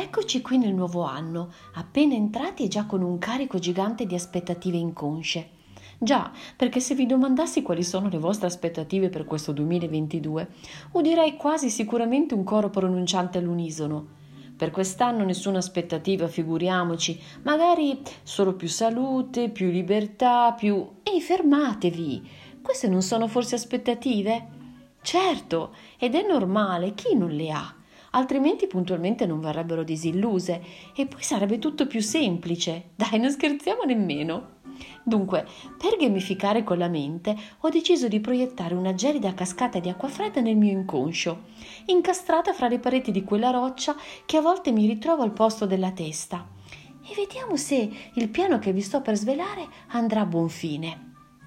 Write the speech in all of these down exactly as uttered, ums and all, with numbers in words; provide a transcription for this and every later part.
Eccoci qui nel nuovo anno, appena entrati e già con un carico gigante di aspettative inconsce. Già, perché se vi domandassi quali sono le vostre aspettative per questo duemilaventidue, udirei quasi sicuramente un coro pronunciante all'unisono. Per quest'anno nessuna aspettativa, figuriamoci, magari solo più salute, più libertà, più... Ehi, fermatevi! Queste non sono forse aspettative? Certo, ed è normale, chi non le ha? Altrimenti puntualmente non verrebbero disilluse e poi sarebbe tutto più semplice. Dai, non scherziamo nemmeno. Dunque, per gamificare con la mente, ho deciso di proiettare una gelida cascata di acqua fredda nel mio inconscio, incastrata fra le pareti di quella roccia che a volte mi ritrovo al posto della testa. E vediamo se il piano che vi sto per svelare andrà a buon fine.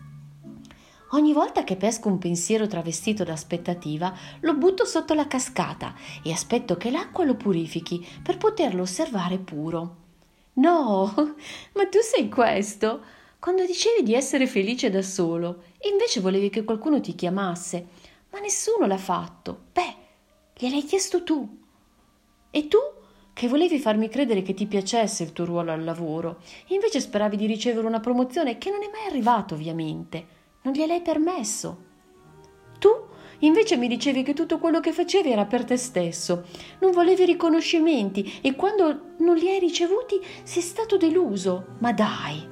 Ogni volta che pesco un pensiero travestito da aspettativa, lo butto sotto la cascata e aspetto che l'acqua lo purifichi per poterlo osservare puro. No, ma tu sei questo? Quando dicevi di essere felice da solo, e invece volevi che qualcuno ti chiamasse, ma nessuno l'ha fatto. Beh, gliel'hai chiesto tu. E tu? Che volevi farmi credere che ti piacesse il tuo ruolo al lavoro, e invece speravi di ricevere una promozione che non è mai arrivata, ovviamente. Non gliel'hai permesso. Tu invece mi dicevi che tutto quello che facevi era per te stesso. Non volevi riconoscimenti e quando non li hai ricevuti sei stato deluso. Ma dai!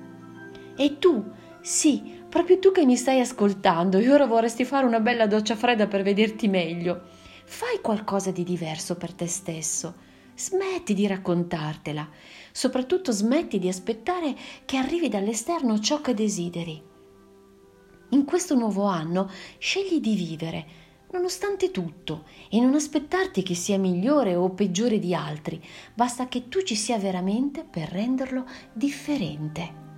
E tu? Sì, proprio tu che mi stai ascoltando e ora vorresti fare una bella doccia fredda per vederti meglio. Fai qualcosa di diverso per te stesso. Smetti di raccontartela. Soprattutto smetti di aspettare che arrivi dall'esterno ciò che desideri. In questo nuovo anno scegli di vivere, nonostante tutto, e non aspettarti che sia migliore o peggiore di altri, basta che tu ci sia veramente per renderlo differente.